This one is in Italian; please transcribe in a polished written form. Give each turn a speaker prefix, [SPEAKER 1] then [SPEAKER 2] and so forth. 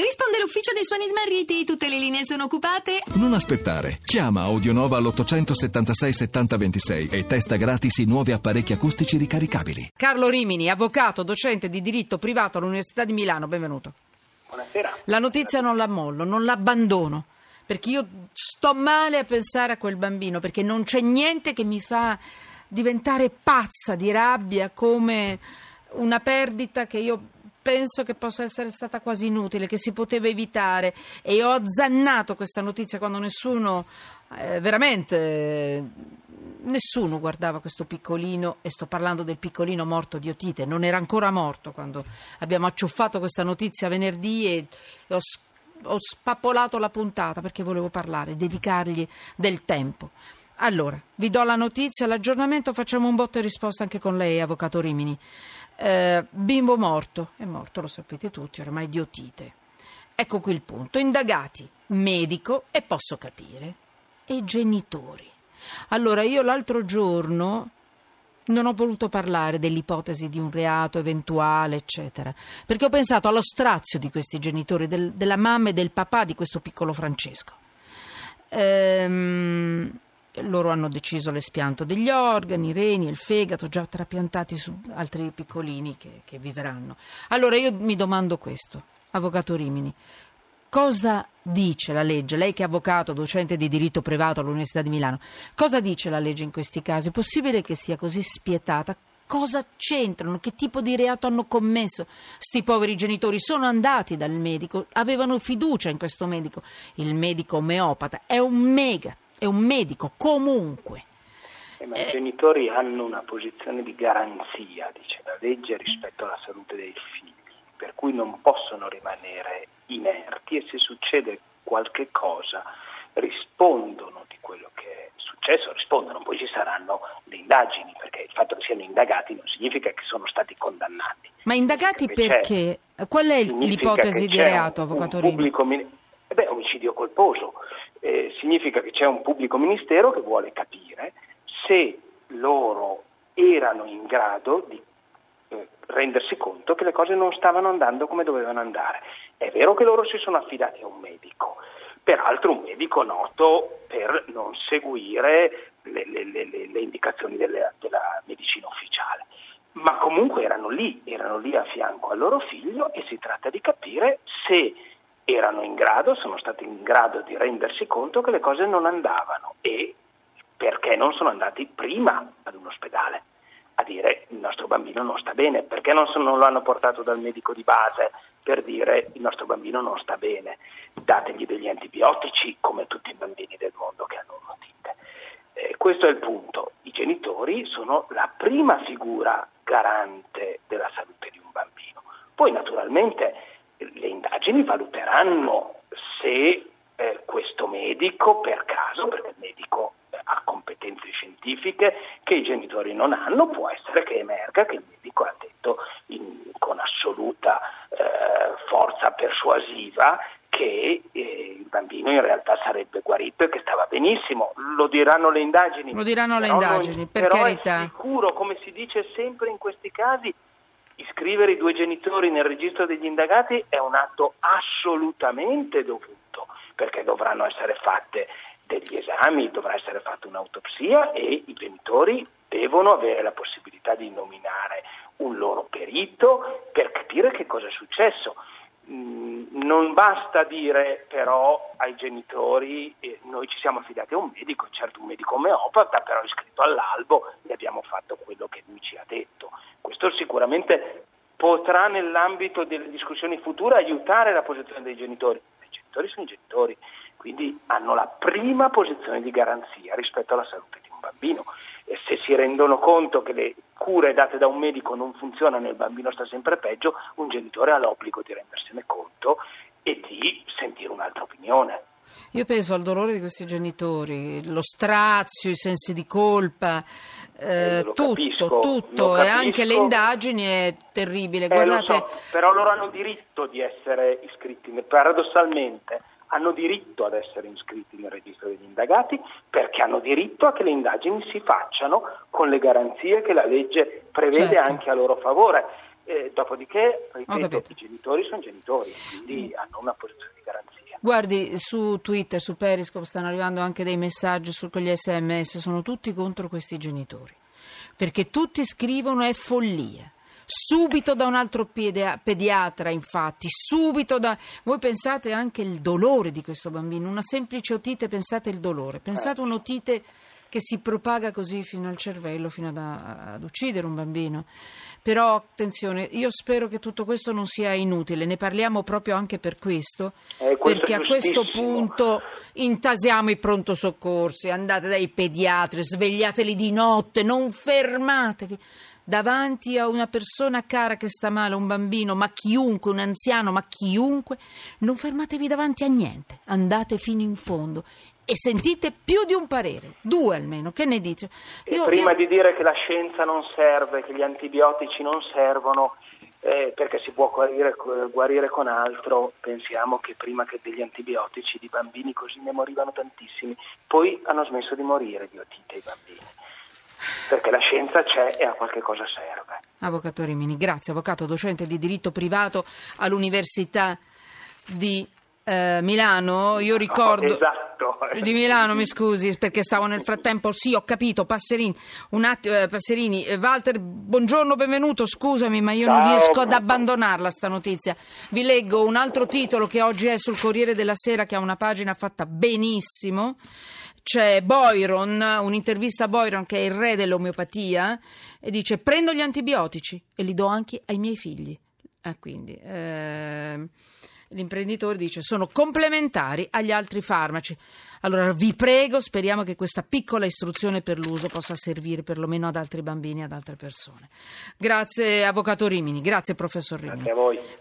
[SPEAKER 1] Risponde l'ufficio dei suoni smarriti, tutte le linee sono occupate.
[SPEAKER 2] Non aspettare. Chiama Audionova all'876 70 26 e testa gratis i nuovi apparecchi acustici ricaricabili.
[SPEAKER 3] Carlo Rimini, avvocato, docente di diritto privato all'Università di Milano, benvenuto.
[SPEAKER 4] Buonasera.
[SPEAKER 3] La notizia non la mollo, non l'abbandono, perché io sto male a pensare a quel bambino, perché non c'è niente che mi fa diventare pazza di rabbia come una perdita che io penso che possa essere stata quasi inutile, che si poteva evitare, e ho azzannato questa notizia quando nessuno, veramente nessuno guardava questo piccolino, e sto parlando del piccolino morto di otite. Non era ancora morto quando abbiamo acciuffato questa notizia venerdì e ho spappolato la puntata perché volevo parlare, dedicargli del tempo. Allora, vi do la notizia, l'aggiornamento, facciamo un botta e risposta anche con lei, avvocato Rimini. Bimbo morto, è morto, lo sapete tutti, ormai di otite. Ecco qui il punto. Indagati medico, e posso capire, e genitori. Allora, io l'altro giorno non ho voluto parlare dell'ipotesi di un reato eventuale, eccetera, perché ho pensato allo strazio di questi genitori, della mamma e del papà di questo piccolo Francesco. Loro hanno deciso l'espianto degli organi, i reni e il fegato, già trapiantati su altri piccolini che viveranno. Allora io mi domando questo, avvocato Rimini, cosa dice la legge? Lei che è avvocato, docente di diritto privato all'Università di Milano, cosa dice la legge in questi casi? È possibile che sia così spietata? Cosa c'entrano? Che tipo di reato hanno commesso sti poveri genitori? Sono andati dal medico, avevano fiducia in questo medico. Il medico omeopata è un medico comunque.
[SPEAKER 4] Ma i genitori hanno una posizione di garanzia, dice la legge, rispetto alla salute dei figli, per cui non possono rimanere inerti, e se succede qualche cosa rispondono di quello che è successo, poi ci saranno le indagini, perché il fatto che siano indagati non significa che sono stati condannati.
[SPEAKER 3] Ma indagati perché? Qual è l'ipotesi di reato, avvocato Rimini?
[SPEAKER 4] Omicidio colposo. Significa che c'è un pubblico ministero che vuole capire se loro erano in grado di rendersi conto che le cose non stavano andando come dovevano andare. È vero che loro si sono affidati a un medico, peraltro un medico noto per non seguire le indicazioni della medicina ufficiale, ma comunque erano lì a fianco al loro figlio, e si tratta di capire se sono stati in grado di rendersi conto che le cose non andavano, e perché non sono andati prima ad un ospedale a dire il nostro bambino non sta bene, perché non lo hanno portato dal medico di base per dire il nostro bambino non sta bene, dategli degli antibiotici come tutti i bambini del mondo che hanno un'otite. Questo è il punto. I genitori sono la prima figura garante della salute di un bambino. Poi naturalmente le indagini valuteranno se questo medico, per caso, perché il medico ha competenze scientifiche che i genitori non hanno, può essere che emerga che il medico ha detto con assoluta forza persuasiva che il bambino in realtà sarebbe guarito e che stava benissimo. Lo diranno le indagini.
[SPEAKER 3] Per carità.
[SPEAKER 4] È sicuro, come si dice sempre in questi casi, iscrivere i due genitori nel registro degli indagati è un atto assolutamente dovuto, perché dovranno essere fatte degli esami, dovrà essere fatta un'autopsia, e i genitori devono avere la possibilità di nominare un loro perito per capire che cosa è successo. Non basta dire però ai genitori noi ci siamo affidati a un medico, certo un medico omeopata, però iscritto all'albo e abbiamo fatto quello che lui ci ha detto. Questo sicuramente potrà, nell'ambito delle discussioni future, aiutare la posizione dei genitori. I genitori sono i genitori, quindi hanno la prima posizione di garanzia rispetto alla salute di un bambino, e se si rendono conto che le cure date da un medico non funzionano e il bambino sta sempre peggio, un genitore ha l'obbligo di rendersene conto e di sentire un'altra opinione.
[SPEAKER 3] Io penso al dolore di questi genitori, lo strazio, i sensi di colpa, tutto, e anche le indagini è terribile. Guardate,
[SPEAKER 4] lo so, però loro hanno diritto di essere iscritti, paradossalmente hanno diritto ad essere iscritti nel registro degli indagati, perché hanno diritto a che le indagini si facciano con le garanzie che la legge prevede,
[SPEAKER 3] certo,
[SPEAKER 4] anche a loro favore. Dopodiché, ripeto, i genitori sono genitori, quindi hanno una posizione di garanzia.
[SPEAKER 3] Guardi, su Twitter, su Periscope stanno arrivando anche dei messaggi con gli SMS, sono tutti contro questi genitori, perché tutti scrivono è follia. Subito da un altro pediatra, infatti, subito da... Voi pensate anche il dolore di questo bambino, una semplice otite, pensate il dolore, pensate un'otite che si propaga così fino al cervello, fino ad uccidere un bambino. Però, attenzione, io spero che tutto questo non sia inutile, ne parliamo proprio anche per questo perché a questo punto intasiamo i pronto soccorsi, andate dai pediatri, svegliateli di notte, non fermatevi davanti a una persona cara che sta male, un bambino, ma chiunque, un anziano, ma chiunque, non fermatevi davanti a niente, andate fino in fondo e sentite più di un parere, 2 almeno, che ne dite?
[SPEAKER 4] Prima di dire che la scienza non serve, che gli antibiotici non servono, perché si può guarire con altro, pensiamo che prima che degli antibiotici di bambini così ne morivano tantissimi, poi hanno smesso di morire di otite i bambini. Perché la scienza c'è e a qualche cosa serve.
[SPEAKER 3] Avvocato Rimini, grazie, avvocato docente di diritto privato all'Università di Milano. Io ricordo
[SPEAKER 4] esatto.
[SPEAKER 3] Di Milano, mi scusi, perché stavo nel frattempo, sì, ho capito, Passerini, un attimo, Passerini, Walter, buongiorno, benvenuto, scusami, ma io non riesco ad abbandonarla sta notizia. Vi leggo un altro titolo che oggi è sul Corriere della Sera, che ha una pagina fatta benissimo. C'è Boyron, un'intervista a Boyron, che è il re dell'omeopatia, e dice: prendo gli antibiotici e li do anche ai miei figli. Quindi l'imprenditore dice: sono complementari agli altri farmaci. Allora vi prego, speriamo che questa piccola istruzione per l'uso possa servire perlomeno ad altri bambini e ad altre persone. Grazie avvocato Rimini, grazie professor Rimini.
[SPEAKER 4] Grazie a voi.